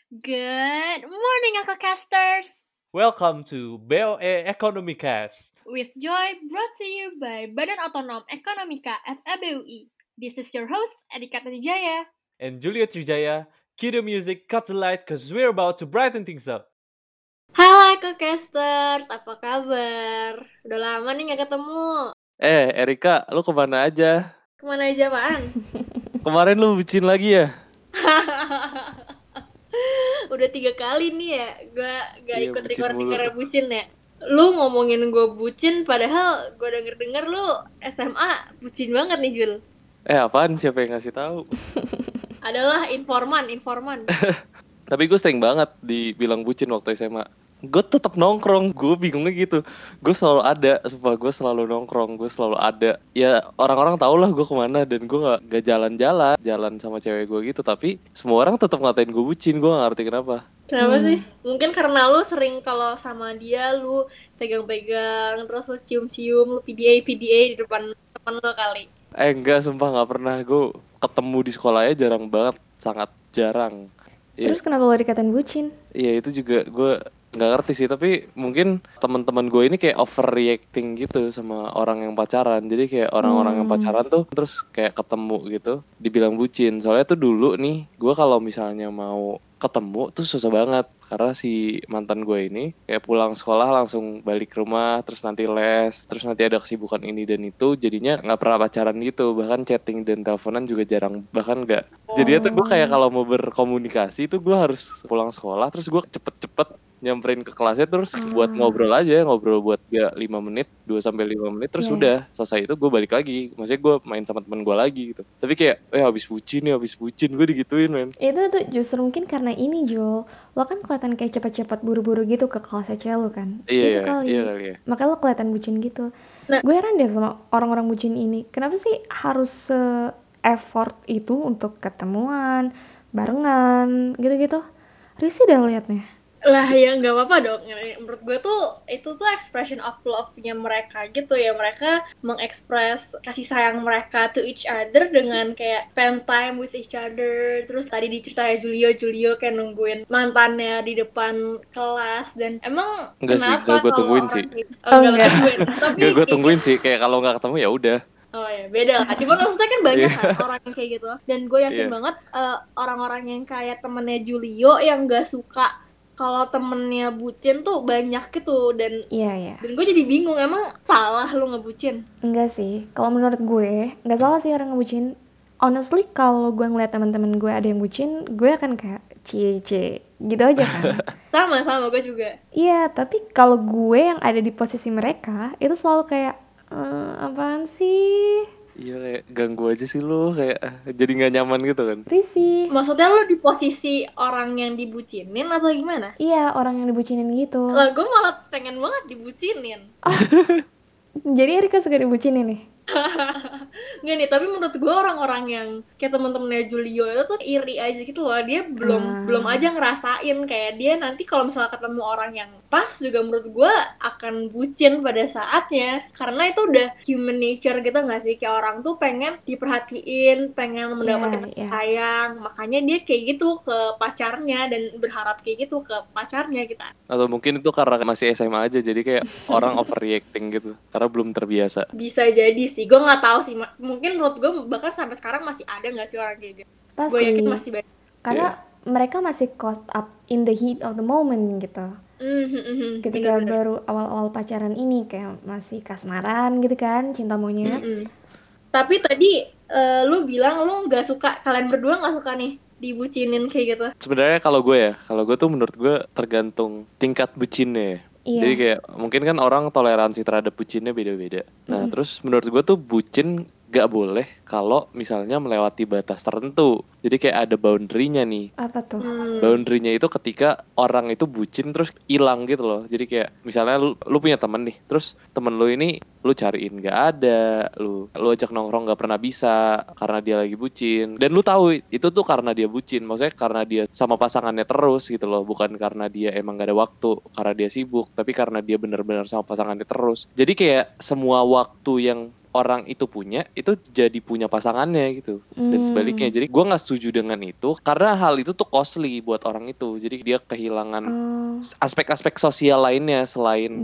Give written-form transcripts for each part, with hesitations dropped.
Good morning, Uncle Casters! Welcome to BOE Economy Cast. With joy brought to you by Badan Otonom Ekonomika FEBUI. This is your host, Adika Trijaya. And Julia Trijaya, cue the music, cut the light, cause we're about to brighten things up. Halo Uncle Casters, apa kabar? Udah lama nih gak ketemu. Erika, lu kemana aja? Kemana aja, apaan? Kemarin lu bucin lagi ya? Udah 3 kali nih ya, gue gak Iya, ikut bucin recording mulu. karena bucin ya. Lu ngomongin gue bucin, padahal gue denger-denger lu SMA bucin banget nih, Jul. Apaan? Siapa yang ngasih tahu? Adalah informan. Tapi gue sering banget dibilang bucin waktu SMA. Gue tetap nongkrong, gue bingungnya gitu. Gue selalu ada, sumpah gue selalu nongkrong, gue selalu ada. Ya orang-orang tau lah gue kemana dan gue gak jalan sama cewek gue gitu. Tapi semua orang tetap ngatain gue bucin, gue gak ngerti kenapa. Kenapa sih? Mungkin karena lu sering kalau sama dia lu pegang-pegang, terus lu cium-cium, lu PDA di depan temen lu kali. Enggak, sumpah gak pernah. Gue ketemu di sekolahnya jarang banget, sangat jarang. Terus kenapa lo dikatain bucin? Iya, itu juga gue nggak ngerti sih, tapi mungkin teman-teman gue ini kayak overreacting gitu sama orang yang pacaran. Jadi kayak orang-orang yang pacaran tuh terus kayak ketemu gitu dibilang bucin. Soalnya tuh dulu nih gue kalau misalnya mau ketemu tuh susah banget karena si mantan gue ini kayak pulang sekolah langsung balik ke rumah, terus nanti les, terus nanti ada kesibukan ini dan itu, jadinya nggak pernah pacaran gitu, bahkan chatting dan teleponan juga jarang, bahkan nggak. Jadinya tuh gue kayak kalau mau berkomunikasi tuh gue harus pulang sekolah, terus gue cepet-cepet nyamperin ke kelasnya terus buat ngobrol buat 5 menit 2-5 menit terus udah selesai itu gue balik lagi, maksudnya gue main sama teman gue lagi gitu. Tapi kayak habis bucin gue digituin, men. Itu tuh justru mungkin karena ini, Jul. Lo kan kelihatan kayak cepat-cepat buru-buru gitu ke kelasnya cewek lo kan. Itu kali ya. Makanya lo kelihatan bucin gitu. Gue heran deh sama orang-orang bucin ini. Kenapa sih harus effort itu untuk ketemuan barengan gitu-gitu? Risih dah liatnya. Lah ya nggak apa-apa dong. Menurut gue tuh itu tuh expression of love-nya mereka gitu ya. Mereka mengekspres kasih sayang mereka to each other dengan kayak spend time with each other. Terus tadi diceritain Julio kayak nungguin mantannya di depan kelas. Dan emang Enggak sih, kenapa gue kalau tungguin orang sih. gitu? Enggak tungguin. Tapi Gue tungguin sih, kayak kalau nggak ketemu ya udah. Oh ya, beda lah. Cuma maksudnya kan banyak kan orang yang kayak gitu. Dan gue yakin Iya. banget orang-orang yang kayak temennya Julio yang gak suka kalau temennya bucin tuh banyak gitu. Dan Iya. dan gue jadi bingung, emang salah lu ngebucin? Enggak sih. Kalau menurut gue, nggak salah sih orang ngebucin. Honestly, kalau gue ngeliat teman-teman gue ada yang bucin, gue akan kayak cie gitu aja kan. Sama gue juga. Iya, tapi kalau gue yang ada di posisi mereka, itu selalu kayak, apaan sih? Iya, kayak ganggu aja sih lu, kayak jadi nggak nyaman gitu kan. Risih. Maksudnya lu di posisi orang yang dibucinin atau gimana? Iya, orang yang dibucinin gitu. Lah gue malah pengen banget dibucinin. Jadi Erika suka dibucinin nih? Nggak nih, tapi menurut gue orang-orang yang kayak temen-temennya Julio itu tuh iri aja gitu loh. Dia belum aja ngerasain kayak dia nanti kalau misalnya ketemu orang yang pas juga menurut gue akan bucin pada saatnya. Karena itu udah human nature gitu nggak sih? Kayak orang tuh pengen diperhatiin, pengen mendapatkan sayang. Makanya dia kayak gitu ke pacarnya dan berharap kayak gitu ke pacarnya kita. Atau mungkin itu karena masih SMA aja, jadi kayak orang overreacting gitu karena belum terbiasa. Bisa jadi sih, gue nggak tahu sih. Mungkin menurut gue bahkan sampai sekarang masih ada nggak sih orang kayak gitu? Pasti. Gue yakin masih banyak. Karena mereka masih caught up in the heat of the moment gitu. Ketika baru awal-awal pacaran ini kayak masih kasmaran gitu kan, cinta monyet. Tapi tadi lu bilang lu nggak suka, kalian berdua nggak suka nih dibucinin kayak gitu. Sebenarnya kalau gue tuh menurut gue tergantung tingkat bucinnya. Iya. Jadi kayak mungkin kan orang toleransi terhadap bucinnya beda-beda. Nah, terus menurut gue tuh bucin gak boleh kalau misalnya melewati batas tertentu. Jadi kayak ada boundary-nya nih. Apa tuh? Boundary-nya itu ketika orang itu bucin terus hilang gitu loh. Jadi kayak misalnya lu punya temen nih, terus temen lu ini lu cariin gak ada, lu ajak nongkrong gak pernah bisa karena dia lagi bucin. Dan lu tahu itu tuh karena dia bucin, maksudnya karena dia sama pasangannya terus gitu loh, bukan karena dia emang gak ada waktu, karena dia sibuk, tapi karena dia benar-benar sama pasangannya terus. Jadi kayak semua waktu yang orang itu punya itu jadi punya pasangannya gitu, dan sebaliknya. Jadi gue nggak setuju dengan itu karena hal itu tuh costly buat orang itu. Jadi dia kehilangan aspek-aspek sosial lainnya selain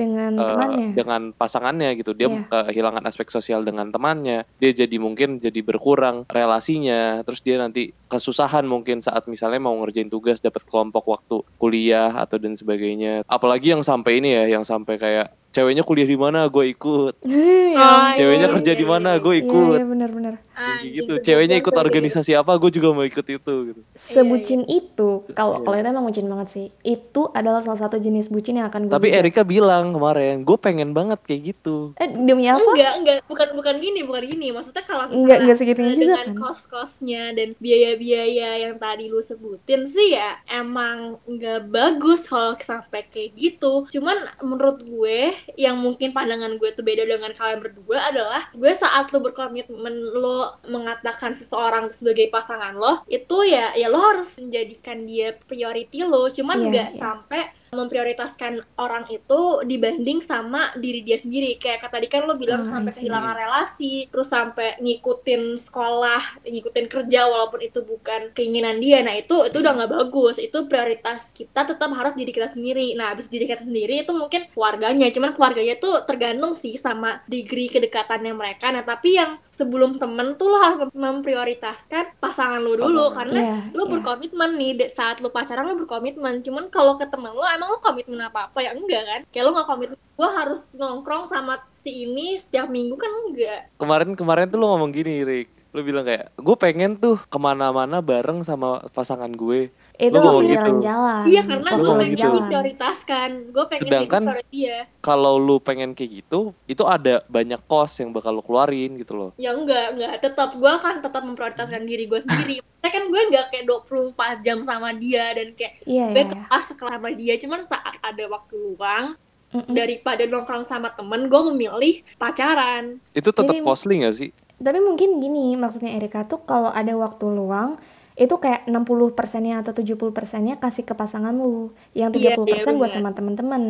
dengan pasangannya gitu. Dia kehilangan aspek sosial dengan temannya. Dia jadi mungkin jadi berkurang relasinya. Terus dia nanti kesusahan mungkin saat misalnya mau ngerjain tugas, dapat kelompok waktu kuliah atau dan sebagainya. Apalagi yang sampai ini ya, yang sampai kayak ceweknya kuliah di mana gue ikut, ceweknya kerja di mana gue ikut, iya benar-benar. gitu. Ceweknya ikut organisasi apa gue juga mau ikut itu gitu. Sebucin itu, kalau itu emang bucin banget sih. Itu adalah salah satu jenis bucin yang akan gue Tapi Erika bilang kemarin, gue pengen banget kayak gitu. Demi apa? Enggak, bukan gini. Maksudnya kalau misalnya dengan kan? kos-kosnya dan biaya-biaya yang tadi lu sebutin sih ya emang nggak bagus kalau sampai kayak gitu. Cuman menurut gue, yang mungkin pandangan gue tuh beda dengan kalian berdua adalah, gue saat lo berkomitmen, lo mengatakan seseorang sebagai pasangan lo, itu ya lo harus menjadikan dia priority lo. Cuman nggak sampai memprioritaskan orang itu dibanding sama diri dia sendiri. Kayak tadi kan lo bilang sampai kehilangan relasi, terus sampai ngikutin sekolah, ngikutin kerja walaupun itu bukan keinginan dia. Nah itu udah nggak bagus. Itu prioritas kita tetap harus diri kita sendiri. Nah abis diri kita sendiri itu mungkin keluarganya. Cuman keluarganya tuh tergantung sih sama degree kedekatannya mereka. Nah tapi yang sebelum temen tuh lo harus memprioritaskan pasangan lo dulu. Karena lo berkomitmen nih, saat lo pacaran lo berkomitmen. Cuman kalau ke temen lo emang lo komitmen apa-apa ya enggak kan? Kayak lo gak komitmen gue harus nongkrong sama si ini setiap minggu kan enggak. Kemarin tuh lo ngomong gini, Rick. Lo bilang kayak, gue pengen tuh kemana-mana bareng sama pasangan gue. Itu jalan-jalan. Iya karena gue pengen diprioritaskan. Gue pengen sedangkan dia. Kalau lo pengen kayak gitu, itu ada banyak cost yang bakal lo keluarin gitu loh. Ya enggak. Tetap gue akan tetap memprioritaskan diri gue sendiri. Kan gue nggak kayak 24 jam sama dia dan kayak gue kelas sekelas sama dia. Cuman saat ada waktu luang, daripada nongkrong sama temen, gue memilih pacaran. Itu tetap costly nggak sih? Tapi mungkin gini, maksudnya Erika tuh kalau ada waktu luang, itu kayak 60%-nya atau 70%-nya kasih ke pasangan lu, yang 30% buat sama teman-teman.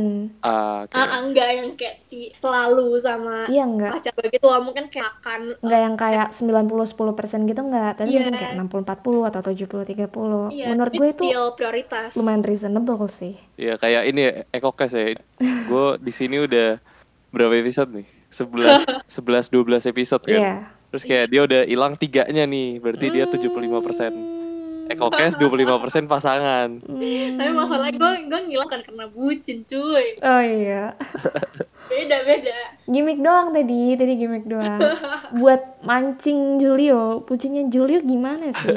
Enggak yang kayak selalu sama pacar gitu loh, mungkin kayak makan. Enggak yang kayak 90-10% gitu enggak, tapi mungkin kayak 60-40 atau 70-30. Menurut gue itu prioritas. Lumayan reasonable sih. Iya kayak ini Ekokes ya. Gue di sini udah berapa episode nih? 11-12 episode kan. Terus kayak dia udah hilang 3-nya nih, berarti dia 75%. Ekokes 25% pasangan. Tapi masalahnya gue ngilang kan karena bucin cuy. Oh iya. Beda. Gimik doang tadi gimik doang. Buat mancing Julio, bucinnya Julio gimana sih?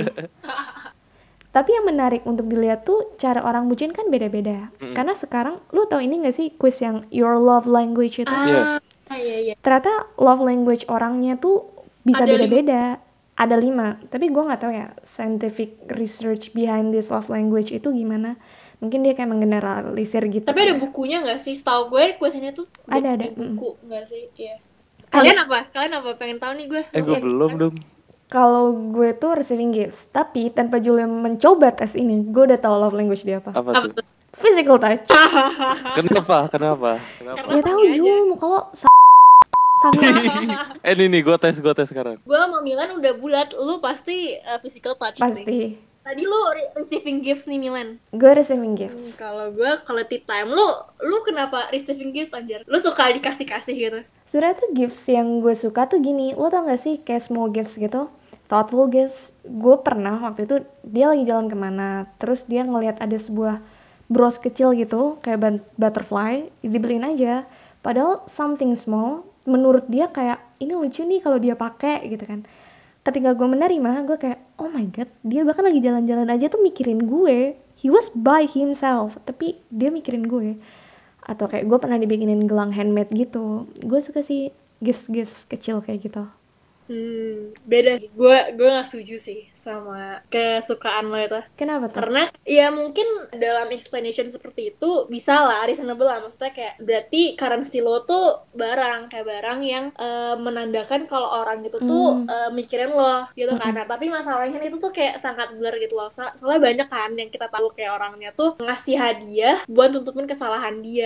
Tapi yang menarik untuk dilihat tuh cara orang bucin kan beda-beda. Karena sekarang lu tahu ini nggak sih quiz yang Your Love Language itu? Iya. Ternyata love language orangnya tuh bisa beda-beda. Ada 5, tapi gue nggak tahu ya scientific research behind this love language itu gimana. Mungkin dia kayak menggeneralisir gitu. Tapi ada bukunya nggak sih? Setahu gue kuesionernya tuh ada buku nggak sih? Iya. Kalian apa? Pengen tahu nih gue. Gue belum dong. Kalau gue tuh receiving gifts, tapi tanpa Julia mencoba tes ini, gue udah tahu love language dia apa. Apa tuh? Physical touch. Kenapa? Ya tahu Jul, muka lo ini gue tes sekarang. Gue sama Milan udah bulat, lu pasti physical touch. Pasti. Tadi lu receiving gifts nih Milan. Gue receiving gifts. Kalau gue quality time, lu kenapa receiving gifts anjir? Lu suka dikasih gitu? Sebenarnya tuh gifts yang gue suka tuh gini, lo tau gak sih kayak small gifts gitu, thoughtful gifts. Gue pernah waktu itu dia lagi jalan kemana, terus dia ngelihat ada sebuah bros kecil gitu kayak butterfly, dibeliin aja. Padahal something small, menurut dia kayak ini lucu nih kalau dia pakai gitu kan. Ketika gue menerima, gue kayak oh my god, dia bahkan lagi jalan-jalan aja tuh mikirin gue. He was by himself, tapi dia mikirin gue. Atau kayak gue pernah dibikinin gelang handmade gitu. Gue suka sih gifts kecil kayak gitu. Beda. Gue gak setuju sih sama kesukaan lo itu. Kenapa tuh? Karena ya mungkin dalam explanation seperti itu bisa lah, reasonable lah. Maksudnya kayak berarti currency lo tuh barang yang menandakan kalau orang itu tuh mikirin lo gitu kan. Nah, tapi masalahnya itu tuh kayak sangat blur gitu loh. Soalnya banyak kan yang kita tahu kayak orangnya tuh ngasih hadiah buat tutupin kesalahan dia.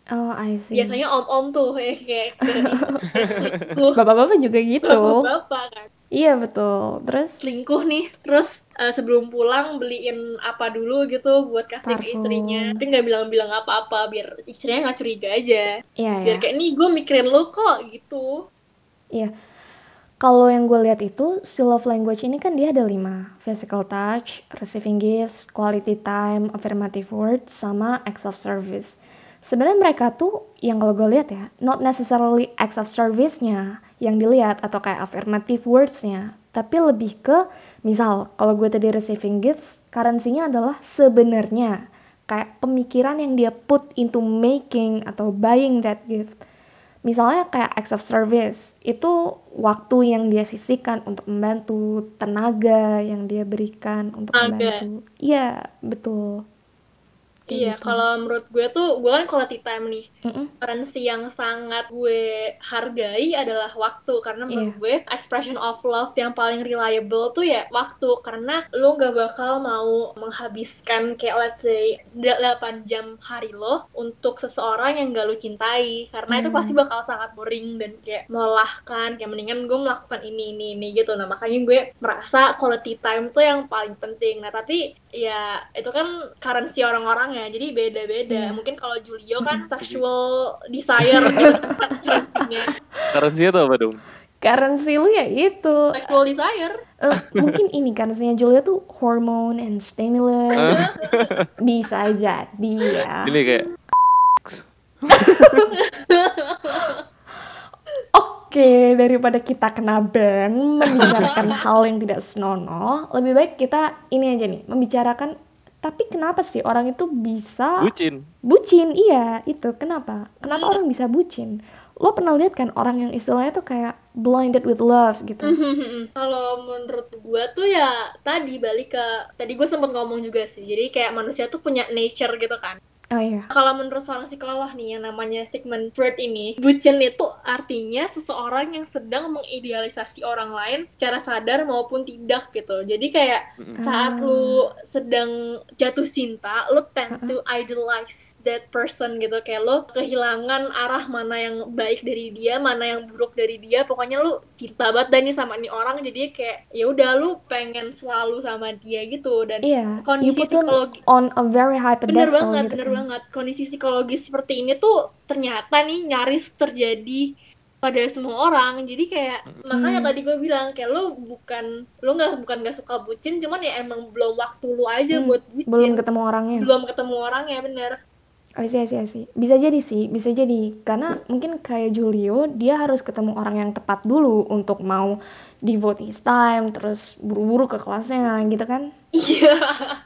Oh, I see. Biasanya om-om tuh kayak ke Bapak-bapak juga gitu. bapak kan. Iya betul. Terus Selingkuh nih, terus sebelum pulang beliin apa dulu gitu buat kasih ke istrinya, parfum. tapi nggak bilang-bilang apa-apa biar istrinya nggak curiga aja. Iya Biar ya. kayak nih gue mikirin lo kok gitu. Iya. Kalau yang gue lihat itu, si love language ini kan dia ada 5. Physical touch, receiving gifts, quality time, affirmative words, sama acts of service. Sebenarnya mereka tuh, yang kalau gue lihat ya, not necessarily acts of service-nya yang dilihat, atau kayak affirmative words-nya. Tapi lebih ke, misal, kalau gue tadi receiving gifts, currency-nya adalah sebenarnya. Kayak pemikiran yang dia put into making atau buying that gift. Misalnya kayak acts of service, itu waktu yang dia sisihkan untuk membantu, tenaga yang dia berikan untuk Agak. membantu. Iya, betul. Kayak Iya, gitu. kalau menurut gue tuh, gue kan quality time nih. Mm-mm. Currency yang sangat gue hargai adalah waktu. Karena menurut Iya. gue, expression of love yang paling reliable tuh ya waktu. Karena lo gak bakal mau menghabiskan kayak let's say 8 jam hari lo untuk seseorang yang gak lo cintai. Karena itu pasti bakal sangat boring dan kayak melelahkan. Kayak mendingan gue melakukan ini gitu. Nah, makanya gue merasa quality time tuh yang paling penting. Nah, tapi ya itu kan currency orang-orang ya, jadi beda-beda. Iya. Mungkin kalau Julio kan sexual desire gitu kan currency-nya. Currency-nya tuh apa dong? Currency lu ya itu. Sexual desire. Mungkin ini currency-nya Julia tuh hormone and stimulus. Bisa jadi ya. Ini kayak Oke, daripada kita kena ban membicarakan hal yang tidak senonoh, lebih baik kita ini aja nih, membicarakan tapi kenapa sih orang itu bisa bucin. bucin? Iya, itu kenapa? Kenapa orang bisa bucin? Lo pernah lihat kan orang yang istilahnya tuh kayak blinded with love gitu? Kalau menurut gue tuh ya tadi balik ke tadi gue sempat ngomong juga sih. Jadi kayak manusia tuh punya nature gitu kan. Oh iya. Kalau menurut seorang psikolog nih yang namanya Sigmund Freud ini, bucin itu artinya seseorang yang sedang mengidealisasi orang lain secara sadar maupun tidak gitu. Jadi kayak saat lu sedang jatuh cinta, lu tend to idolize that person gitu. Kayak lu kehilangan arah mana yang baik dari dia, mana yang buruk dari dia. Pokoknya lu cinta banget dan nih sama nih orang, jadi kayak ya udah lu pengen selalu sama dia gitu. Dan Iya, you kondisi put them psikologi on a very high pedestal gitu bener kan. banget. Kondisi psikologis seperti ini tuh ternyata nih nyaris terjadi pada semua orang. Jadi kayak makanya tadi gue bilang kayak lu bukan gak suka bucin, cuman ya emang belum waktu lu aja buat bucin. Belum ketemu orangnya. Belum ketemu orangnya, bener. Oh, iya. Bisa jadi sih, bisa jadi. Karena mungkin kayak Julio, dia harus ketemu orang yang tepat dulu untuk mau devote his time, terus buru-buru ke kelasnya gitu kan. Iya.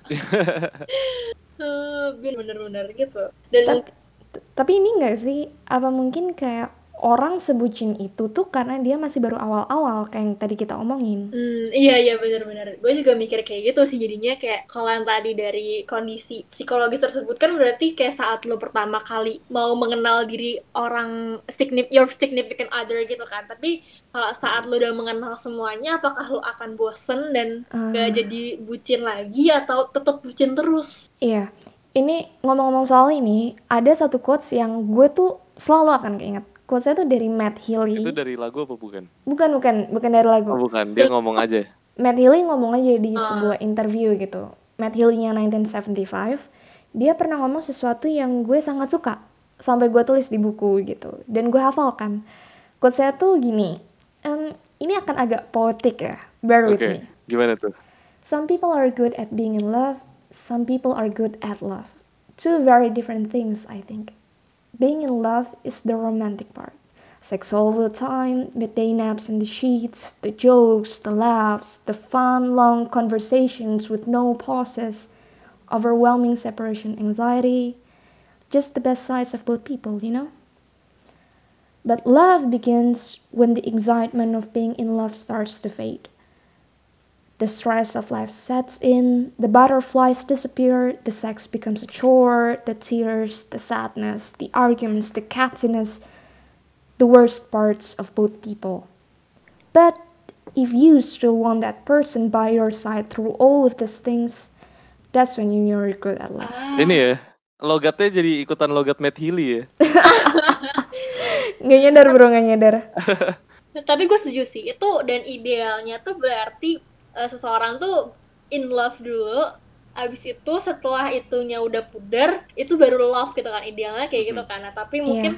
Bener-bener gitu. Dan tapi ini enggak sih, apa mungkin kayak orang sebucin itu tuh karena dia masih baru awal-awal kayak yang tadi kita omongin. Iya benar-benar. Gue juga mikir kayak gitu sih, jadinya kayak kalau yang tadi dari kondisi psikologis tersebut kan berarti kayak saat lo pertama kali mau mengenal diri orang your significant other gitu kan. Tapi kalau saat lo udah mengenal semuanya, apakah lo akan bosen dan gak jadi bucin lagi atau tetap bucin terus? Iya. Ini ngomong-ngomong soal ini, ada satu quotes yang gue tuh selalu akan keinget. Quotesnya tuh dari Matt Healy. Itu dari lagu apa bukan? Bukan dari lagu. Oh, bukan, dia ngomong aja. Matt Healy ngomong aja di sebuah interview gitu. Matt Healy-nya 1975, dia pernah ngomong sesuatu yang gue sangat suka. Sampai gue tulis di buku gitu. Dan gue hafalkan. Quotesnya tuh gini, ini akan agak poetic ya, bear with me. Gimana tuh? Some people are good at being in love, some people are good at love. Two very different things, I think. Being in love is the romantic part. Sex all the time, the day naps in the sheets, the jokes, the laughs, the fun, long conversations with no pauses, overwhelming separation anxiety, just the best sides of both people, you know? But love begins when the excitement of being in love starts to fade. The stress of life sets in, the butterflies disappear, the sex becomes a chore, the tears, the sadness, the arguments, the cattiness, the worst parts of both people. But if you still want that person by your side through all of these things, that's when you're good at love. Ini ya, logatnya jadi ikutan logat Matt Healy ya. Nggak nyadar bro, nggak nyadar. Tapi gue setuju sih itu, dan idealnya tuh berarti seseorang tuh in love dulu, abis itu setelah itunya udah pudar itu baru love gitu kan, idealnya kayak gitu kan. Nah, tapi mungkin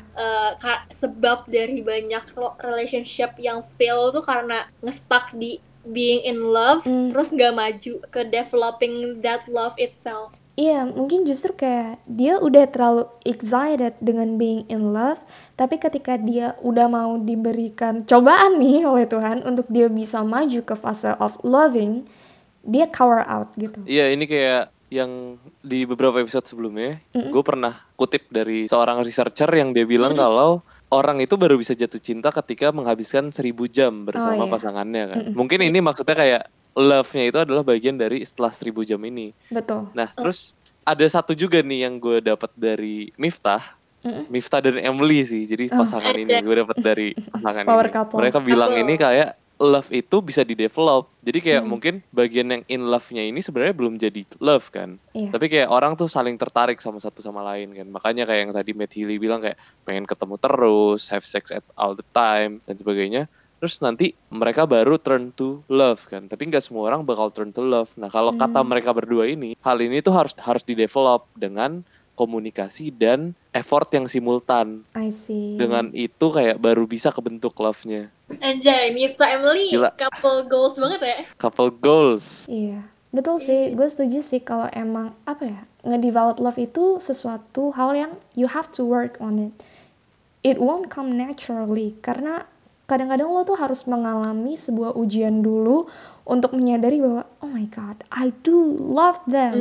sebab dari banyak relationship yang fail tuh karena nge-stuck di being in love, terus nggak maju ke developing that love itself. Iya, mungkin justru kayak dia udah terlalu excited dengan being in love, tapi ketika dia udah mau diberikan cobaan nih oleh Tuhan untuk dia bisa maju ke fase of loving, dia cover out gitu. Iya, ini kayak yang di beberapa episode sebelumnya, gue pernah kutip dari seorang researcher yang dia bilang kalau orang itu baru bisa jatuh cinta ketika menghabiskan 1000 jam bersama pasangannya kan. Mungkin ini maksudnya kayak love-nya itu adalah bagian dari setelah 1000 jam ini. Betul. Nah, terus ada satu juga nih yang gue dapat dari Miftah. Miftah dan Emily sih. Jadi pasangan ini gue dapat dari pasangan Power ini. couple. Mereka bilang ini kayak love itu bisa di-develop. Jadi kayak mungkin bagian yang in love-nya ini sebenarnya belum jadi love kan. Tapi kayak orang tuh saling tertarik sama satu sama lain kan. Makanya kayak yang tadi Matt Healy bilang kayak pengen ketemu terus, have sex at all the time dan sebagainya. Terus nanti mereka baru turn to love kan. Tapi nggak semua orang bakal turn to love. Nah, kalau kata mereka berdua ini, hal ini tuh harus di-develop dengan komunikasi dan effort yang simultan. I see. Dengan itu kayak baru bisa kebentuk love-nya. Anjay, Miftah Emily Gila. couple goals banget ya. Couple goals. Iya, betul sih. Gue setuju sih kalau emang nge-develop love itu sesuatu hal yang you have to work on it. It won't come naturally karena kadang-kadang lo tuh harus mengalami sebuah ujian dulu untuk menyadari bahwa oh my god, I do love them.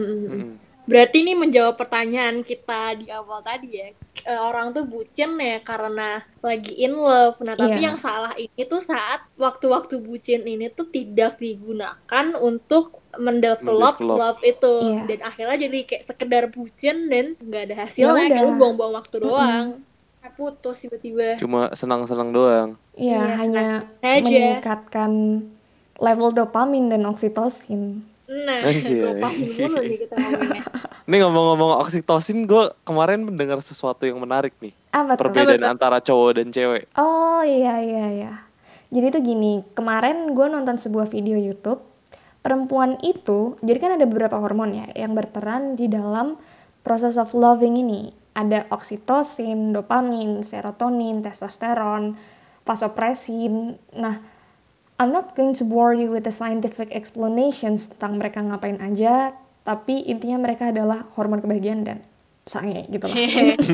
Berarti ini menjawab pertanyaan kita di awal tadi ya. Orang tuh bucin ya karena lagi in love. Nah, tapi yang salah ini tuh saat waktu-waktu bucin ini tuh tidak digunakan untuk mendevelop love itu. Dan akhirnya jadi kayak sekedar bucin dan nggak ada hasilnya. Kayak lu buang-buang waktu doang. Putus tiba-tiba. Cuma senang-senang doang. Iya, hanya meningkatkan level dopamin dan oksitosin. Nah, dopamin mulu nih kita ngomongnya. Ini ngomong-ngomong oksitosin, gue kemarin mendengar sesuatu yang menarik nih. Apa tuh? Perbedaan antara cowok dan cewek. Oh iya. Jadi tuh gini, kemarin gue nonton sebuah video YouTube. Perempuan itu, jadi kan ada beberapa hormon ya yang berperan di dalam proses of loving ini. Ada oksitosin, dopamin, serotonin, testosteron, vasopresin. Nah, I'm not going to bore you with the scientific explanations tentang mereka ngapain aja, tapi intinya mereka adalah hormon kebahagiaan dan sange gitu lah.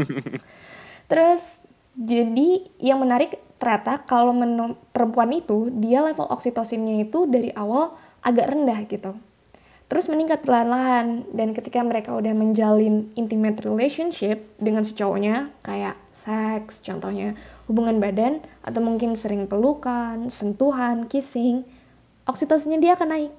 Terus, jadi yang menarik ternyata kalau perempuan itu, dia level oksitosinnya itu dari awal agak rendah gitu. Terus meningkat perlahan-lahan, dan ketika mereka udah menjalin intimate relationship dengan si cowoknya, kayak seks contohnya, hubungan badan, atau mungkin sering pelukan, sentuhan, kissing, oksitosinnya dia akan naik.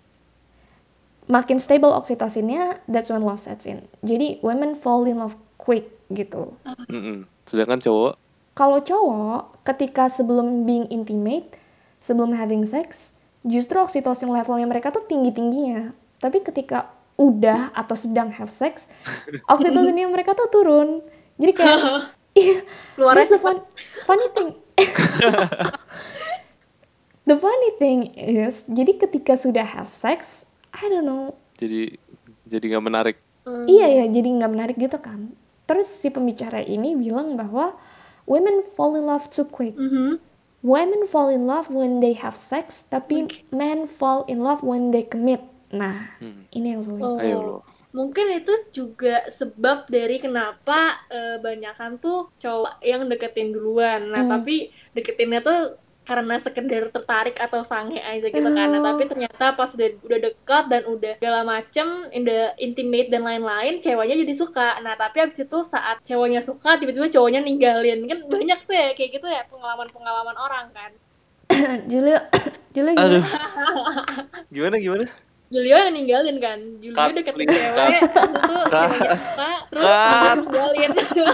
Makin stable oksitosinnya, that's when love sets in. Jadi women fall in love quick gitu. Sedangkan cowok? Kalau cowok, ketika sebelum being intimate, sebelum having sex, justru oksitosin levelnya mereka tuh tinggi-tingginya. Tapi ketika udah atau sedang have sex, oksitosinnya mereka tuh turun. Jadi kayak, keluarnya cepat. Funny thing. The funny thing is, jadi ketika sudah have sex, I don't know. Jadi nggak menarik. Iya, jadi nggak menarik gitu kan. Terus si pembicara ini bilang bahwa women fall in love too quick. Women fall in love when they have sex, tapi men fall in love when they commit. Nah, ini yang sulit. Mungkin itu juga sebab dari kenapa banyakan tuh cowok yang deketin duluan. Nah, tapi deketinnya tuh karena sekedar tertarik atau sange aja gitu kan. Nah, tapi ternyata pas udah dekat dan udah segala macem, udah intimate dan lain-lain, ceweknya jadi suka. Nah, tapi abis itu saat ceweknya suka, tiba-tiba cowoknya ninggalin. Kan banyak tuh ya kayak gitu ya, pengalaman-pengalaman orang kan. Julio Aduh. Gimana? Julio yang ninggalin kan. Julio deketin cewek, itu ceweknya suka, terus dia ninggalin.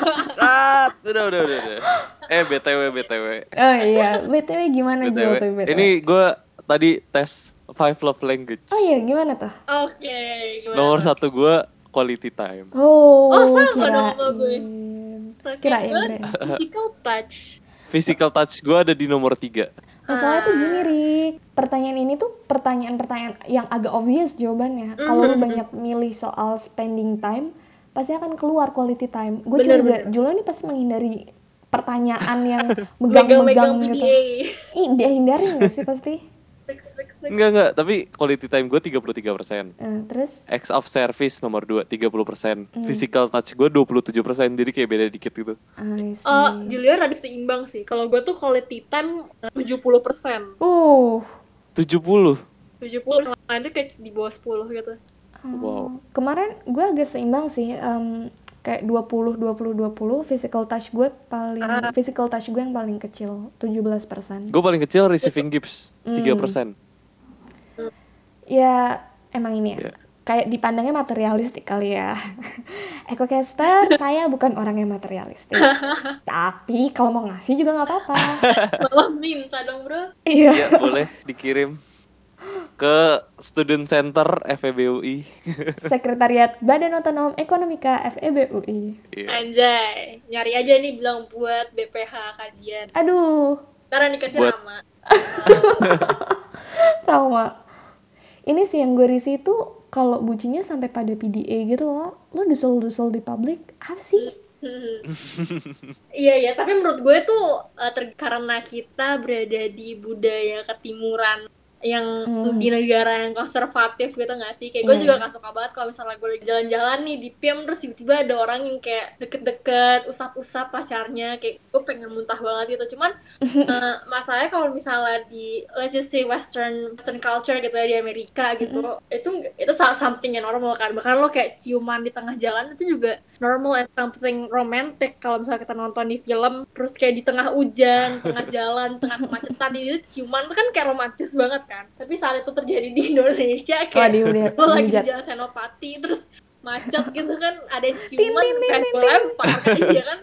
Udah. BTW. Oh iya, BTW gimana Jul tuh BTW? Ini gue tadi tes 5 love language. Oh iya, gimana tuh? Oke, gimana? Nomor 1 gue quality time. Oh, sama dong sama gue. Kirain. Physical touch gue ada di nomor 3. Masalahnya tuh gini, Rik. Pertanyaan ini tuh pertanyaan-pertanyaan yang agak obvious jawabannya. Kalau lu banyak milih soal spending time, pasti akan keluar quality time. Gue juga, Julo ini pasti menghindari pertanyaan yang megang-megang gitu. Dia hindari gak sih pasti? Enggak, tapi quality time gue 33%. Terus? Acts of service nomor 2, 30%. Physical touch gue 27%, jadi kayak beda dikit gitu. Julia rada seimbang sih. Kalau gue tuh quality time 70%. 70? 70, lain tuh kayak di bawah 10 gitu. Wow. Kemarin gue agak seimbang sih. Kayak 20 physical touch gue yang paling kecil 17%. Gue paling kecil receiving gifts 3%. Ya emang ini ya. Kayak dipandangnya materialistik kali ya. Ecocaster, saya bukan orang yang materialistik. Tapi kalau mau ngasih juga nggak apa-apa. Malah minta dong bro. Iya, boleh dikirim ke Student Center FEB UI. Sekretariat Badan Otonom Ekonomika FEB UI. Anjay, nyari aja nih bilang buat BPH kajian. Aduh. Ntar dikasih nama. Trauma. Ini sih yang gue risih tuh kalau bucinnya sampai pada PDA gitu loh. Lo dusel-dusel di publik, apa sih? Iya, tapi menurut gue tuh karena kita berada di budaya ketimuran yang di negara yang konservatif gitu nggak sih? Kayak gue juga nggak suka banget kalau misalnya gue lagi jalan-jalan nih di PM terus tiba-tiba ada orang yang kayak deket-deket usap-usap pacarnya, kayak gue pengen muntah banget gitu. Cuman masalahnya kalau misalnya di let's just say western culture gitu ya, di Amerika gitu, itu something yang normal kan. Bahkan lo kayak ciuman di tengah jalan itu juga normal and something romantic kalau misalnya kita nonton di film, terus kayak di tengah hujan, tengah jalan, tengah kemacetan, itu ciuman tuh kan kayak romantis banget kan. Tapi saat itu terjadi di Indonesia kayak lo lagi di jalan Senopati terus macet gitu kan, ada ciuman kayak gue lempar aja kan.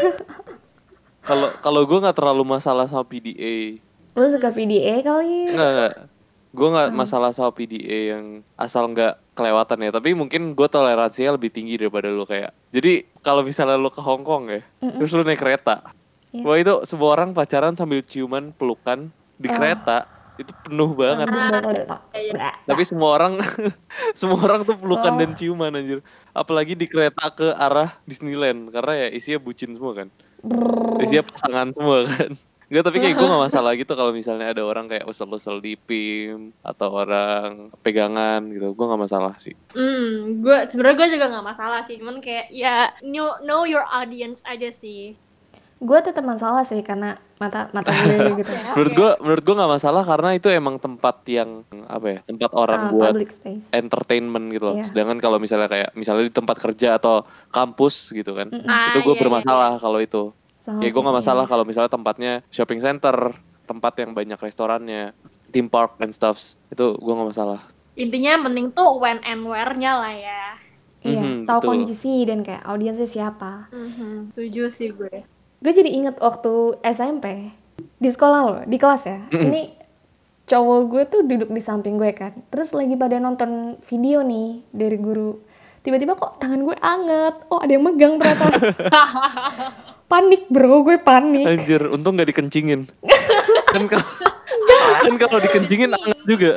Kalau gue nggak terlalu masalah sama PDA. Lo suka PDA kali? Nggak. Gue nggak masalah sama PDA yang asal nggak kelewatan ya. Tapi mungkin gue toleransinya lebih tinggi daripada lo kayak. Jadi kalau misalnya lo ke Hong Kong ya, terus lo naik kereta, wah itu semua orang pacaran sambil ciuman pelukan di kereta. Itu penuh banget. Tapi semua orang tuh pelukan dan ciuman anjir. Apalagi di kereta ke arah Disneyland karena ya isinya bucin semua kan. Isinya pasangan semua kan. Enggak, tapi kayak gue gak masalah gitu kalau misalnya ada orang kayak usel-usel di PIM atau orang pegangan gitu. Gue gak masalah sih. Sebenarnya gue juga gak masalah sih. Cuman kayak ya know your audience aja sih. Gue tetap masalah sih karena mata gue gitu. Menurut gue nggak masalah karena itu emang tempat yang tempat orang buat entertainment gitu loh. Sedangkan kalau misalnya di tempat kerja atau kampus gitu kan, itu gue bermasalah kalau itu. Kayak gue nggak masalah kalau misalnya tempatnya shopping center, tempat yang banyak restorannya, theme park and stuffs, itu gue nggak masalah. Intinya yang penting tuh when and where-nya lah ya. Iya, tahu kondisi dan kayak audiensnya siapa. Setuju sih gue. Gue jadi inget waktu SMP di sekolah loh, di kelas ya. Ini cowok gue tuh duduk di samping gue kan. Terus lagi pada nonton video nih dari guru. Tiba-tiba kok tangan gue anget. Oh, ada yang megang ternyata. Panik bro, gue panik. Anjir, untung gak dikencingin. kan kalau dikencingin anget juga.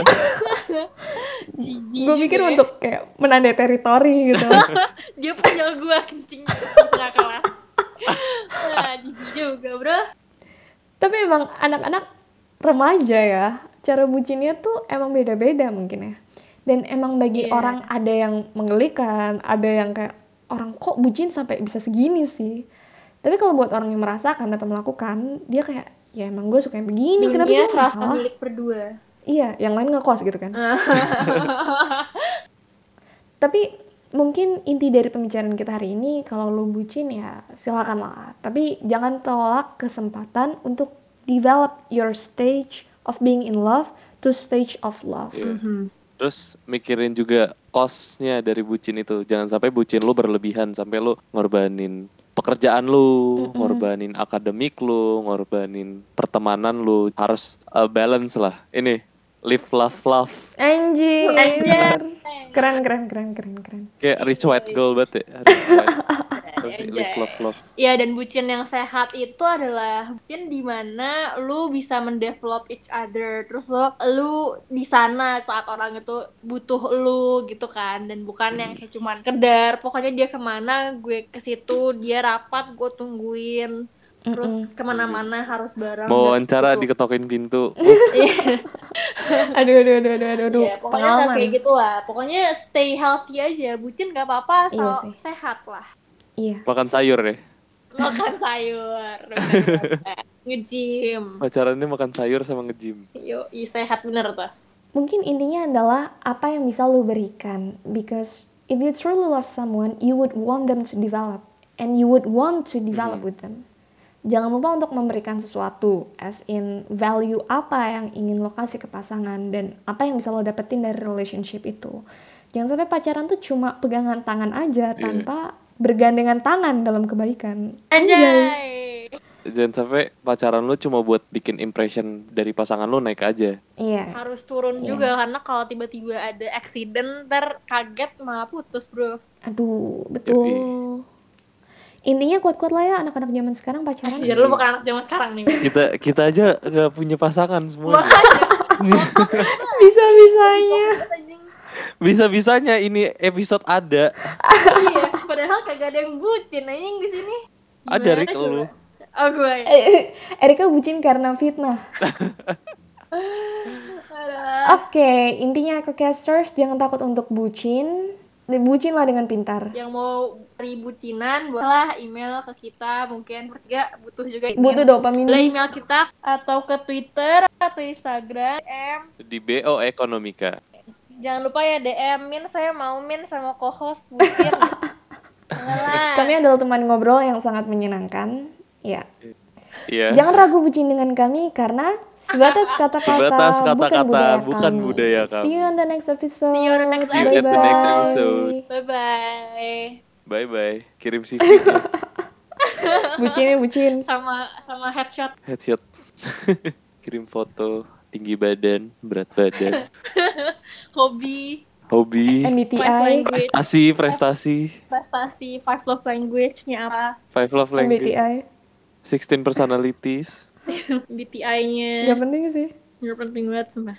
Gue pikir untuk kayak menandai teritori gitu. Dia punya gue kencing di tengah kelas. Nah, jijik juga bro. Tapi emang anak-anak remaja ya, cara bucinnya tuh emang beda-beda mungkin ya. Dan emang bagi orang ada yang menggelikan, ada yang kayak orang kok bucin sampai bisa segini sih. Tapi kalau buat orang yang merasakan atau melakukan, dia kayak ya emang gue suka yang begini. Kenapa sih serasa milik berdua. Iya, yang lain ngekos gitu kan. Tapi mungkin inti dari pembicaraan kita hari ini, kalau lo bucin ya silakan lah. Tapi jangan tolak kesempatan untuk develop your stage of being in love to stage of love. Terus mikirin juga cost-nya dari bucin itu. Jangan sampai bucin lo berlebihan sampai lo ngorbanin pekerjaan lo, ngorbanin akademik lo, ngorbanin pertemanan lo. Harus balance lah. Ini live, love. Anjir. Keren. Kayak rich white girl banget ya. Rich white. Love. Iya, dan bucin yang sehat itu adalah bucin di mana lu bisa mendevelop each other. Terus lu di sana saat orang itu butuh lu gitu kan. Dan bukan yang kayak cuman kedar. Pokoknya dia kemana, gue ke situ, dia rapat, gue tungguin. Terus kemana-mana harus bareng. Mau wawancara diketokin pintu. Aduh. Ya, pokoknya kayak gitulah. Pokoknya stay healthy aja. Bucin gak apa-apa, asal sehat lah. Iya. Makan sayur ya. Makan sayur. Nge-gym. Pacarannya makan sayur sama nge-gym. Yuk, sehat bener tuh. Mungkin intinya adalah apa yang bisa lu berikan. Because if you truly love someone, you would want them to develop. And you would want to develop with them. Jangan lupa untuk memberikan sesuatu, as in value apa yang ingin lo kasih ke pasangan dan apa yang bisa lo dapetin dari relationship itu. Jangan sampai pacaran tuh cuma pegangan tangan aja tanpa bergandengan tangan dalam kebaikan. Anjay. Jangan sampai pacaran lo cuma buat bikin impression dari pasangan lo naik aja. Iya. Harus turun juga karena kalau tiba-tiba ada accident ntar kaget malah putus, bro. Aduh, betul. Intinya kuat-kuat lah ya anak-anak zaman sekarang pacaran. Anjir, lu bukan anak zaman sekarang nih. Kita aja gak punya pasangan semua. Bisa-bisanya ini episode ada. Iya, padahal kagak ada yang bucin anjing di sini. Ada Rick lu. Oh, gue. Erika bucin karena fitnah. Oke, intinya ke casters jangan takut untuk bucin. Bucin lah dengan pintar. Yang mau cari bucinan bolehlah email ke kita, mungkin bertiga butuh juga email. Butuh dopamin. Boleh email kita atau ke Twitter atau Instagram di BO Ekonomika. Jangan lupa ya DM-in, saya mau sama co-host bucin. Kami adalah teman ngobrol yang sangat menyenangkan. Ya. Iya. Jangan ragu bucin dengan kami karena sebatas kata-kata bukan budaya kami. See you on the next episode. Bye-bye. Kirim CV-nya. Bucin. Sama headshot. Kirim foto, tinggi badan, berat badan. Hobi. MBTI. Prestasi. 5 love language-nya apa? 5 love language. MBTI. 16 personalities. MBTI-nya. Gak penting sih. Gak penting banget sumpah.